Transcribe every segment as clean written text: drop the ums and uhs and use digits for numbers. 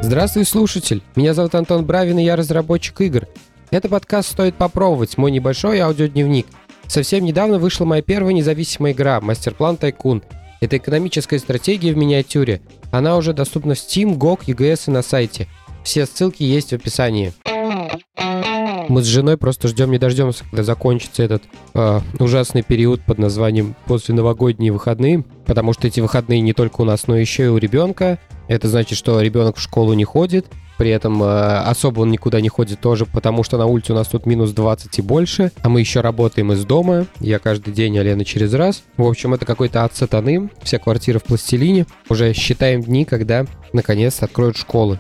Здравствуй, слушатель! Меня зовут Антон Бравин, и я разработчик игр. Это подкаст «Стоит попробовать», мой небольшой аудиодневник. Совсем недавно вышла моя первая независимая игра «Мастерплан Тайкун». Это экономическая стратегия в миниатюре. Она уже доступна в Steam, GOG, EGS и на сайте. Все ссылки есть в описании. Мы с женой просто ждем не дождемся, когда закончится этот ужасный период под названием «Посленовогодние выходные», потому что эти выходные не только у нас, но еще и у ребенка. Это значит, что ребенок в школу не ходит, при этом особо он никуда не ходит тоже, потому что на улице у нас тут минус 20 и больше, а мы еще работаем из дома. Я каждый день, а Лена через раз. В общем, это какой-то ад сатаны, вся квартира в пластилине. Уже считаем дни, когда наконец откроют школы.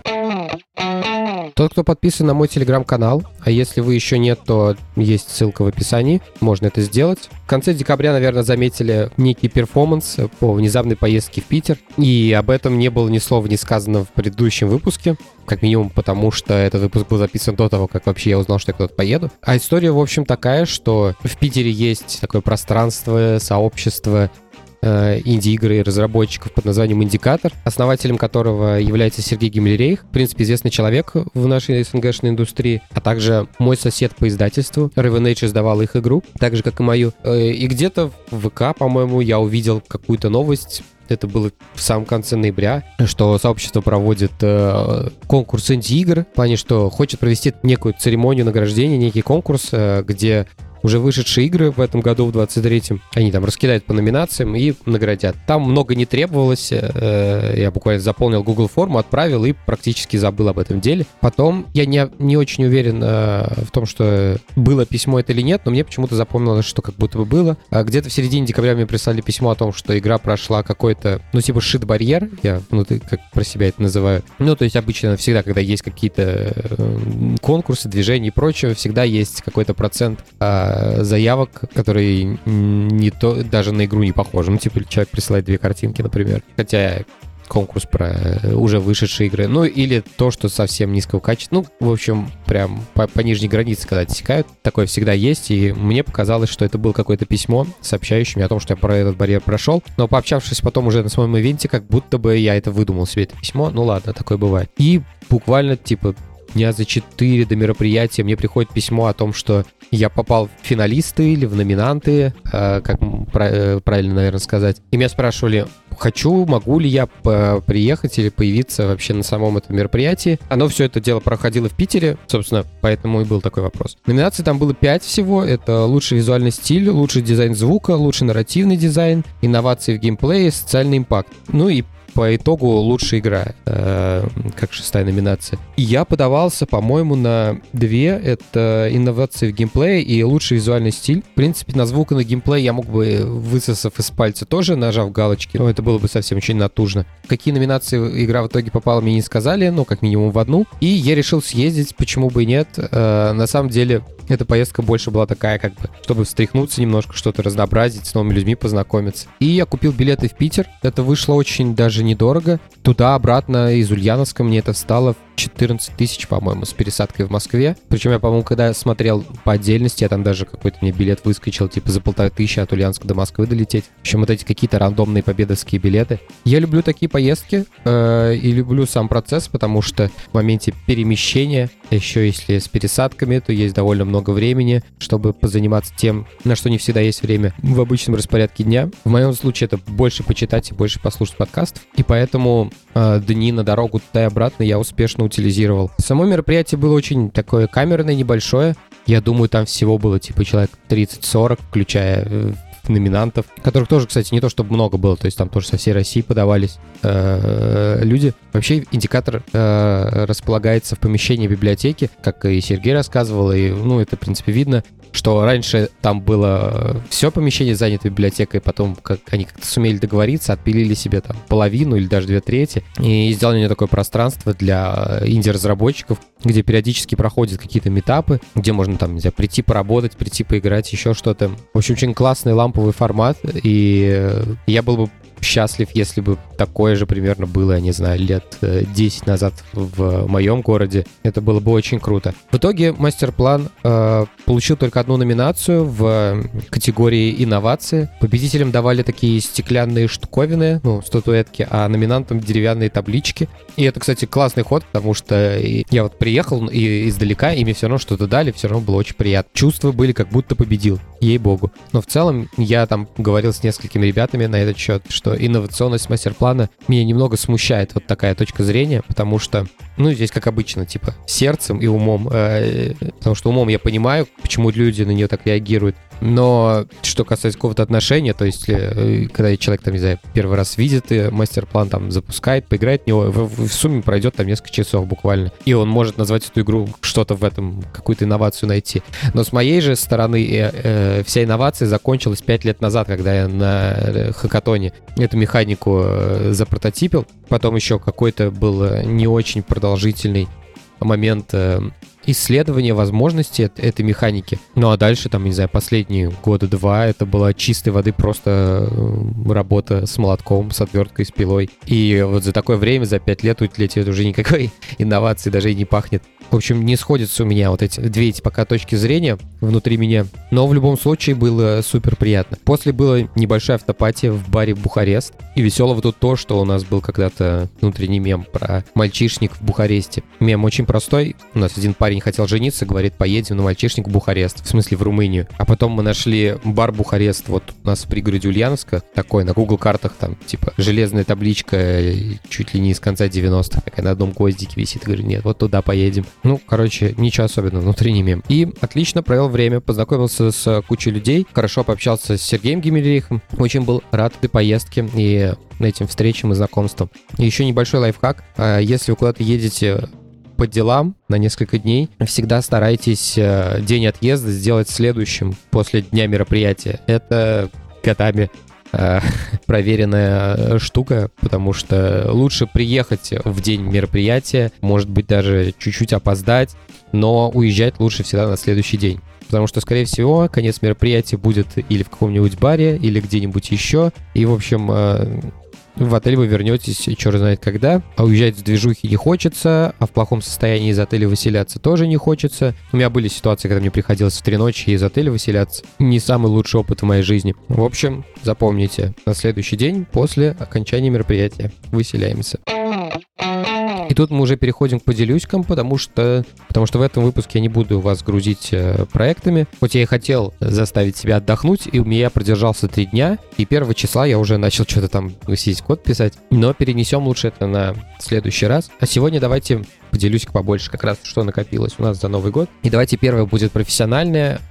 Тот, кто подписан на мой телеграм-канал, а если вы еще нет, то есть ссылка в описании, можно это сделать. В конце декабря, наверное, заметили некий перформанс по внезапной поездке в Питер, и об этом не было ни слова не сказано в предыдущем выпуске, как минимум потому, что этот выпуск был записан до того, как вообще я узнал, что я куда-то поеду. А история, в общем, такая, что в Питере есть такое пространство, сообщество инди-игры и разработчиков под названием «Индикатор», основателем которого является Сергей Гиммлерейх, в принципе, известный человек в нашей СНГшной индустрии, а также мой сосед по издательству. Raven Age издавал их игру, так же, как и мою. И где-то в ВК, по-моему, я увидел какую-то новость, это было в самом конце ноября, что сообщество проводит конкурс инди-игр, в плане, что хочет провести некую церемонию награждения, некий конкурс, где уже вышедшие игры в этом году, в 23-м, они там раскидают по номинациям и наградят. Там много не требовалось, я буквально заполнил Google форму, отправил и практически забыл об этом деле. Потом я не очень уверен в том, что было письмо это или нет, но мне почему-то запомнилось, что как будто бы было. Где-то в середине декабря мне прислали письмо о том, что игра прошла какой-то, типа шит-барьер, я внутри как про себя это называю. То есть обычно всегда, когда есть какие-то конкурсы, движения и прочее, всегда есть какой-то процент заявок, которые не то, даже на игру не похожи. Типа человек присылает 2 картинки, например. Хотя конкурс про уже вышедшие игры. Или то, что совсем низкого качества. В общем, прям по нижней границе, когда отсекают. Такое всегда есть. И мне показалось, что это было какое-то письмо, сообщающее мне о том, что я про этот барьер прошел. Но пообщавшись потом уже на своем ивенте, как будто бы я это выдумал себе, это письмо. Ладно, такое бывает. И буквально, дня за 4 до мероприятия мне приходит письмо о том, что я попал в финалисты или в номинанты, как правильно, наверное, сказать. И меня спрашивали, могу ли я приехать или появиться вообще на самом этом мероприятии. Все это дело проходило в Питере, собственно, поэтому и был такой вопрос. Номинаций там было 5 всего. Это лучший визуальный стиль, лучший дизайн звука, лучший нарративный дизайн, инновации в геймплее, социальный импакт. И по итогу лучшая игра, как 6-я номинация. И я подавался, по-моему, на 2. Это инновации в геймплее и лучший визуальный стиль. В принципе, на звук и на геймплей я мог бы, высосав из пальца, тоже нажав галочки, но это было бы совсем очень натужно. В какие номинации игра в итоге попала, мне не сказали, как минимум в одну. И я решил съездить, почему бы и нет. На самом деле, эта поездка больше была такая, чтобы встряхнуться немножко, что-то разнообразить, с новыми людьми познакомиться. И я купил билеты в Питер. Это вышло очень даже недорого. Туда-обратно из Ульяновска мне это встало 14 тысяч, по-моему, с пересадкой в Москве. Причем я, по-моему, когда смотрел по отдельности, я там даже какой-то мне билет выскочил, за 1500 от Ульяновска до Москвы долететь. В общем, эти какие-то рандомные победовские билеты. Я люблю такие поездки и люблю сам процесс, потому что в моменте перемещения, еще если с пересадками, то есть довольно много времени, чтобы позаниматься тем, на что не всегда есть время в обычном распорядке дня. В моем случае это больше почитать и больше послушать подкастов. И поэтому дни на дорогу туда и обратно я успешно утилизировал. Само мероприятие было очень такое камерное, небольшое. Я думаю, там всего было человек 30-40, включая номинантов, которых тоже, кстати, не то чтобы много было, то есть там тоже со всей России подавались люди. Вообще «Индикатор» располагается в помещении библиотеки, как и Сергей рассказывал, и это, в принципе, видно, что раньше там было все помещение занято библиотекой, потом они как-то сумели договориться, отпилили себе там половину или даже 2/3, и сделали мне такое пространство для инди-разработчиков, где периодически проходят какие-то митапы, где можно там, не знаю, прийти поработать, прийти поиграть, еще что-то. В общем, очень классный ламповый формат, и я был бы счастлив, если бы такое же примерно было, я не знаю, лет 10 назад в моем городе. Это было бы очень круто. В итоге мастер-план получил только одну номинацию в категории инновации. Победителям давали такие стеклянные штуковины, статуэтки, а номинантам деревянные таблички. И это, кстати, классный ход, потому что я вот приехал издалека, и мне все равно что-то дали, все равно было очень приятно. Чувства были, как будто победил, ей-богу. Но в целом я там говорил с несколькими ребятами на этот счет, что инновационность мастер-плана меня немного смущает, вот такая точка зрения, потому что, здесь как обычно, типа, сердцем и умом, потому что умом я понимаю, почему люди на нее так реагируют, но что касается какого-то отношения, то есть, когда человек, там, не знаю, первый раз видит мастер-план, там, запускает, поиграет в него, в сумме пройдет там несколько часов буквально, и он может назвать эту игру, что-то в этом, какую-то инновацию найти. Но с моей же стороны вся инновация закончилась 5 лет назад, когда я на хакатоне эту механику запрототипил, потом еще какой-то был не очень продолжительный момент исследования возможностей этой механики. Ну а дальше, там, не знаю, последние года 2 это была чистой воды просто работа с молотком, с отверткой, с пилой. И вот за такое время, за 5 лет уже никакой инновации даже и не пахнет. В общем, не сходятся у меня вот эти пока точки зрения внутри меня. Но в любом случае было супер приятно. После была небольшая автопатия в баре Бухарест. И веселого тут то, что у нас был когда-то внутренний мем про мальчишник в Бухаресте. Мем очень простой. У нас один парень хотел жениться, говорит, поедем на мальчишник в Бухарест. В смысле, в Румынию. А потом мы нашли бар Бухарест вот у нас в пригороде Ульяновска. Такой на Google картах там, типа, железная табличка чуть ли не из конца 90-х. Такая на одном гвоздике висит. Говорю, нет, вот туда поедем. Короче, ничего особенного, внутренний мем. И отлично провел время, познакомился с кучей людей, хорошо пообщался с Сергеем Гиммельрихом. Очень был рад этой поездке и этим встречам и знакомствам. И еще небольшой лайфхак. Если вы куда-то едете по делам на несколько дней, всегда старайтесь день отъезда сделать следующим после дня мероприятия. Это годами проверенная штука, потому что лучше приехать в день мероприятия, может быть, даже чуть-чуть опоздать, но уезжать лучше всегда на следующий день. Потому что, скорее всего, конец мероприятия будет или в каком-нибудь баре, или где-нибудь еще. И, в общем, в отель вы вернетесь, черт знает когда, а уезжать с движухи не хочется, а в плохом состоянии из отеля выселяться тоже не хочется. У меня были ситуации, когда мне приходилось в 3 ночи из отеля выселяться. Не самый лучший опыт в моей жизни. В общем, запомните, на следующий день после окончания мероприятия выселяемся. И тут мы уже переходим к поделюськам, потому что в этом выпуске я не буду вас грузить проектами. Хоть я и хотел заставить себя отдохнуть, и у меня продержался 3 дня, и 1 числа я уже начал что-то там сесть код писать. Но перенесем лучше это на следующий раз. А сегодня давайте поделюсь побольше, как раз что накопилось у нас за Новый год. И давайте первое будет профессиональное.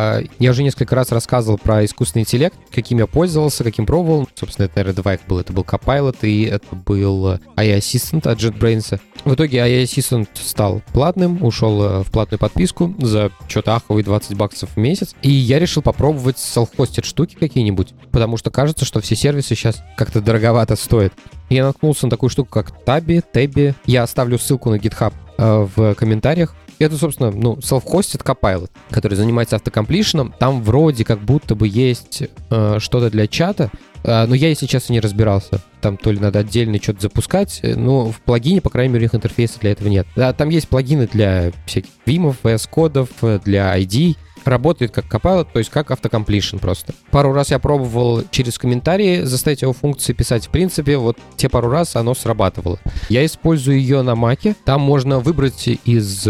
Я уже несколько раз рассказывал про искусственный интеллект, каким я пользовался, каким пробовал. Собственно, это, наверное, 2 их было. Это был Copilot и это был AI Assistant от JetBrains. В итоге AI Assistant стал платным, ушел в платную подписку за что-то аховые $20 в месяц. И я решил попробовать self-hosted штуки какие-нибудь, потому что кажется, что все сервисы сейчас как-то дороговато стоят. Я наткнулся на такую штуку, как Tabby. Я оставлю ссылку на GitHub в комментариях. Это, собственно, self-hosted Copilot, который занимается автокомплишеном. Там вроде как будто бы есть что-то для чата, но я, если честно, не разбирался. Там то ли надо отдельно что-то запускать, но в плагине, по крайней мере, у них интерфейса для этого нет. Да, там есть плагины для всяких Vim'ов, VS-кодов, для ID. Работает как Copilot, то есть как автокомплишн просто. Пару раз я пробовал через комментарии заставить его функции писать. В принципе, вот те пару раз оно срабатывало. Я использую ее на Mac'е. Там можно выбрать из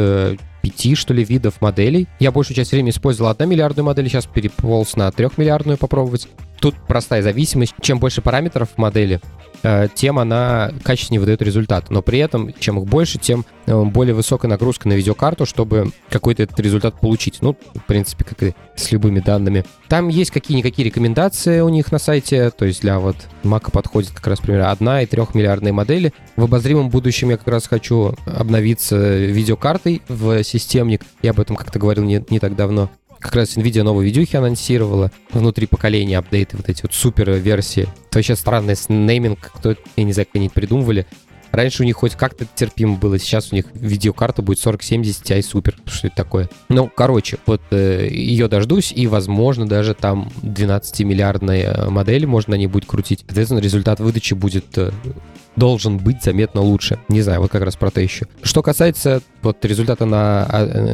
5, что ли, видов моделей. Я большую часть времени использовал 1-миллиардную модель, сейчас переполз на 3-миллиардную попробовать. Тут простая зависимость. Чем больше параметров в модели, тем она качественнее выдает результат. Но при этом, чем их больше, тем более высокая нагрузка на видеокарту, чтобы какой-то этот результат получить. В принципе, как и с любыми данными. Там есть какие-никакие рекомендации у них на сайте. То есть для вот Mac подходит как раз, например, 1 и 3-миллиардные модели. В обозримом будущем я как раз хочу обновиться видеокартой в системник. Я об этом как-то говорил не так давно. Как раз NVIDIA новые видюхи анонсировала, внутри поколения апдейты, вот эти вот супер версии. Это вообще странный нейминг, я не знаю, как они это придумывали. Раньше у них хоть как-то терпимо было, сейчас у них видеокарта будет 4070 Ti Super. Что это такое? Ну, короче, вот ее дождусь, и, возможно, даже там 12-миллиардная модель можно на ней будет крутить. Соответственно, результат выдачи будет... должен быть заметно лучше. Не знаю, вот как раз про это еще. Что касается вот результата на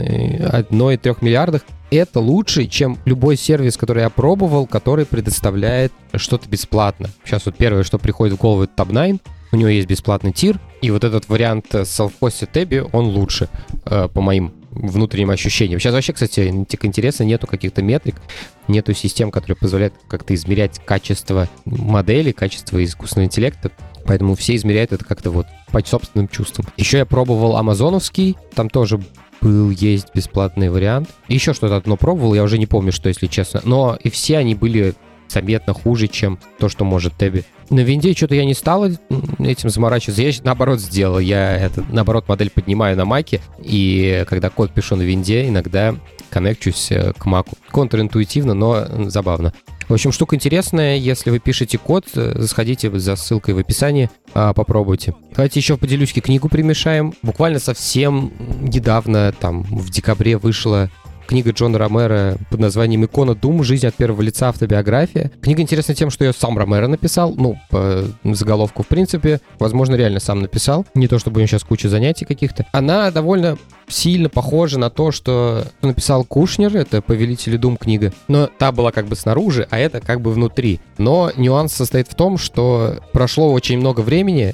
1,3 миллиардах, это лучше, чем любой сервис, который я пробовал, который предоставляет что-то бесплатно. Сейчас вот первое, что приходит в голову, это Tab9. У него есть бесплатный тир, и вот этот вариант Self-Hosted Tab, он лучше, по моим внутренним ощущениям. Сейчас вообще, кстати, интересно, нету каких-то метрик, нету систем, которые позволяют как-то измерять качество модели, качество искусственного интеллекта. Поэтому все измеряют это как-то вот по собственным чувствам. Еще я пробовал амазоновский, там тоже есть бесплатный вариант. Еще что-то одно пробовал, я уже не помню, что, если честно. Но и все они были заметно хуже, чем то, что может Теби. На винде что-то я не стал этим заморачиваться. Я наоборот сделал. Я наоборот модель поднимаю на маке, и когда код пишу на винде, иногда коннекчусь к маку. Контринтуитивно, но забавно. В общем, штука интересная. Если вы пишете код, сходите за ссылкой в описании, попробуйте. Давайте еще поделюсь, книгу примешаем. Буквально совсем недавно, там, в декабре вышла книга Джона Ромеро под названием «Икона Doom. Жизнь от первого лица. Автобиография». Книга интересна тем, что ее сам Ромеро написал. Ну, по заголовку, в принципе. Возможно, реально сам написал. Не то, чтобы у него сейчас куча занятий каких-то. Она довольно сильно похожа на то, что написал Кушнер. Это «Повелители Doom» книга. Но та была как бы снаружи, а это как бы внутри. Но нюанс состоит в том, что прошло очень много времени,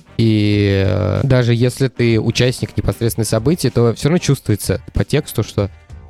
и даже если ты участник непосредственных событий, то все равно чувствуется по тексту, что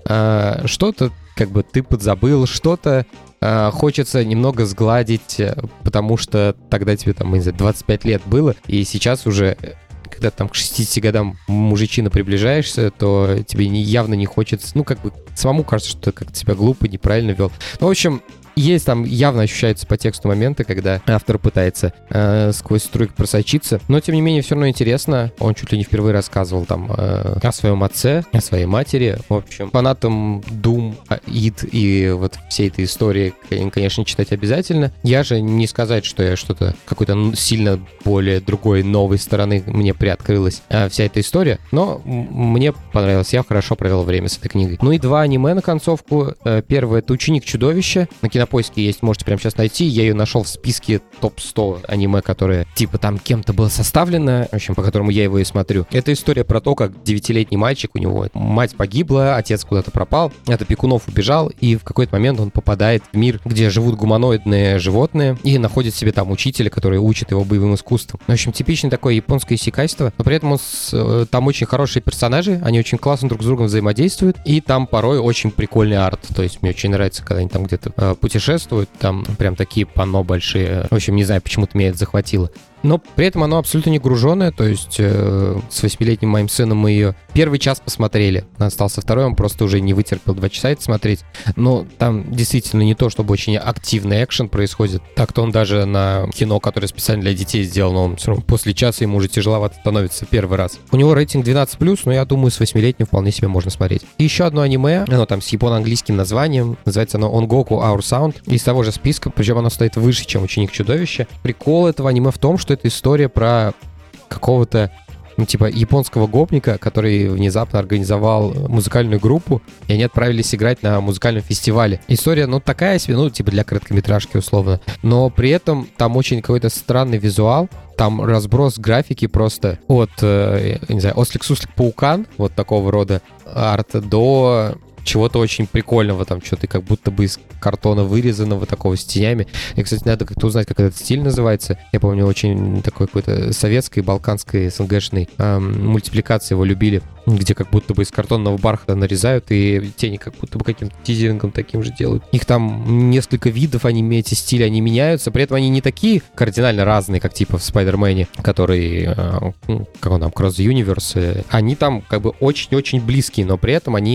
что-то как бы ты подзабыл, что-то хочется немного сгладить, потому что тогда тебе там, не знаю, 25 лет было, и сейчас уже, когда там к 60 годам мужичина приближаешься, то тебе явно не хочется, ну как бы самому кажется, что ты как-то себя глупо, неправильно вел. Ну, в общем, есть там, явно ощущаются по тексту моменты, когда автор пытается сквозь струйку просочиться, но тем не менее все равно интересно. Он чуть ли не впервые рассказывал там о своем отце, о своей матери. В общем, фанатам Doom, id и вот всей этой истории, конечно, читать обязательно. Я же не сказать, что я что-то какой-то сильно более другой, новой стороны мне приоткрылась вся эта история, но мне понравилось, я хорошо провел время с этой книгой. Ну и 2 аниме на концовку. Первое — это «Ученик чудовища». На Кинопоиске есть, можете прямо сейчас найти. Я ее нашел в списке топ-100 аниме, которые типа там кем-то было составлено, в общем, по которому я его и смотрю. Это история про то, как 9-летний мальчик, у него мать погибла, отец куда-то пропал, от опекунов убежал, и в какой-то момент он попадает в мир, где живут гуманоидные животные, и находит себе там учителя, который учит его боевым искусствам. В общем, типичное такое японское исекайство, но при этом там очень хорошие персонажи, они очень классно друг с другом взаимодействуют, и там порой очень прикольный арт. То есть мне очень нравится, когда они там где-то путешествуют, там прям такие панно большие. В общем, не знаю, почему-то меня это захватило. Но при этом оно абсолютно не груженное, то есть с 8-летним моим сыном мы ее первый час посмотрели. Остался второй, он просто уже не вытерпел 2 часа это смотреть. Но там действительно не то, чтобы очень активный экшен происходит. Так-то он даже на кино, которое специально для детей сделано, он все равно после часа ему уже тяжеловато становится первый раз. У него рейтинг 12+, но я думаю, с 8-летним вполне себе можно смотреть. И еще одно аниме, оно там с японо-английским названием, называется оно On Goku Our Sound, из того же списка, причем оно стоит выше, чем Ученик чудовища. Прикол этого аниме в том, что это история про какого-то, ну, типа, японского гопника, который внезапно организовал музыкальную группу, и они отправились играть на музыкальном фестивале. История, ну, такая себе, ну, типа, для короткометражки условно, но при этом там очень какой-то странный визуал, там разброс графики просто от, не знаю, Ослик-суслик-паукан, вот такого рода арта, до чего-то очень прикольного, там что-то как будто бы из картона вырезанного, такого с тенями. И, кстати, надо как-то узнать, как этот стиль называется. Я помню, очень такой какой-то советской, балканской, СНГшной мультипликации его любили, где как будто бы из картонного бархата нарезают, и тени как будто бы каким-то тизерингом таким же делают. Их там несколько видов аниме, эти стили, они меняются, при этом они не такие кардинально разные, как типа в Спайдермене, который, как он там, Cross the Universe. Они там как бы очень-очень близкие, но при этом они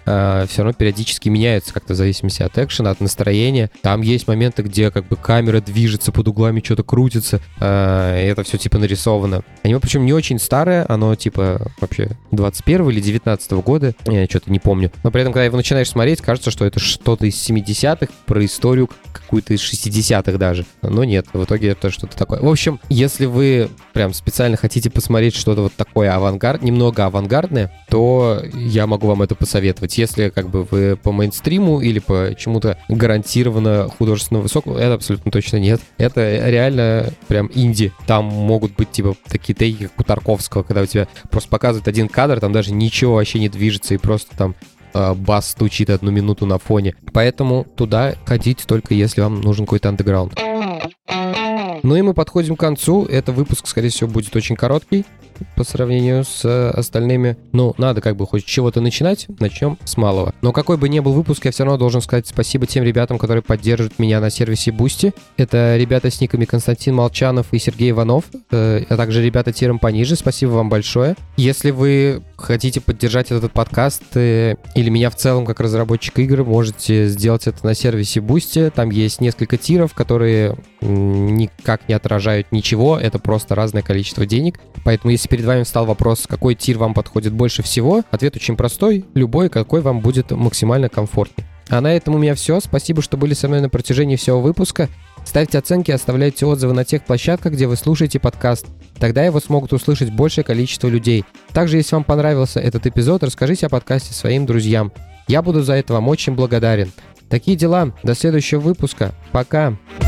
все равно периодически меняются как-то в зависимости от экшена, от настроения. Там есть моменты, где как бы камера движется под углами, что-то крутится, и это все типа нарисовано. Аниме, причем не очень старое, оно типа вообще 21 или 19 года, я что-то не помню. Но при этом, когда его начинаешь смотреть, кажется, что это что-то из 70-х, про историю какую-то из 60-х даже. Но нет, в итоге это что-то такое. В общем, если вы прям специально хотите посмотреть что-то вот такое немного авангардное, то я могу вам это посоветовать. Если как бы вы по мейнстриму или по чему-то гарантированно художественно высокому, это абсолютно точно нет. Это реально прям инди. Там могут быть типа такие тейки, как у Тарковского, когда у тебя просто показывают один кадр, там даже ничего вообще не движется, и просто там бас стучит 1 минуту на фоне. Поэтому туда ходите только если вам нужен какой-то андеграунд. Ну и мы подходим к концу. Это выпуск, скорее всего, будет очень короткий по сравнению с остальными. Ну, надо как бы хоть с чего-то начинать. Начнем с малого. Но какой бы ни был выпуск, я все равно должен сказать спасибо тем ребятам, которые поддерживают меня на сервисе Boosty. Это ребята с никами Константин Молчанов и Сергей Иванов, а также ребята тиром пониже. Спасибо вам большое. Если вы хотите поддержать этот подкаст или меня в целом как разработчик игр, можете сделать это на сервисе Boosty. Там есть несколько тиров, которые никак не отражают ничего. Это просто разное количество денег. Поэтому, если перед вами встал вопрос, какой тир вам подходит больше всего, ответ очень простой. Любой, какой вам будет максимально комфортный. А на этом у меня все. Спасибо, что были со мной на протяжении всего выпуска. Ставьте оценки, оставляйте отзывы на тех площадках, где вы слушаете подкаст. Тогда его смогут услышать большее количество людей. Также, если вам понравился этот эпизод, расскажите о подкасте своим друзьям. Я буду за это вам очень благодарен. Такие дела. До следующего выпуска. Пока.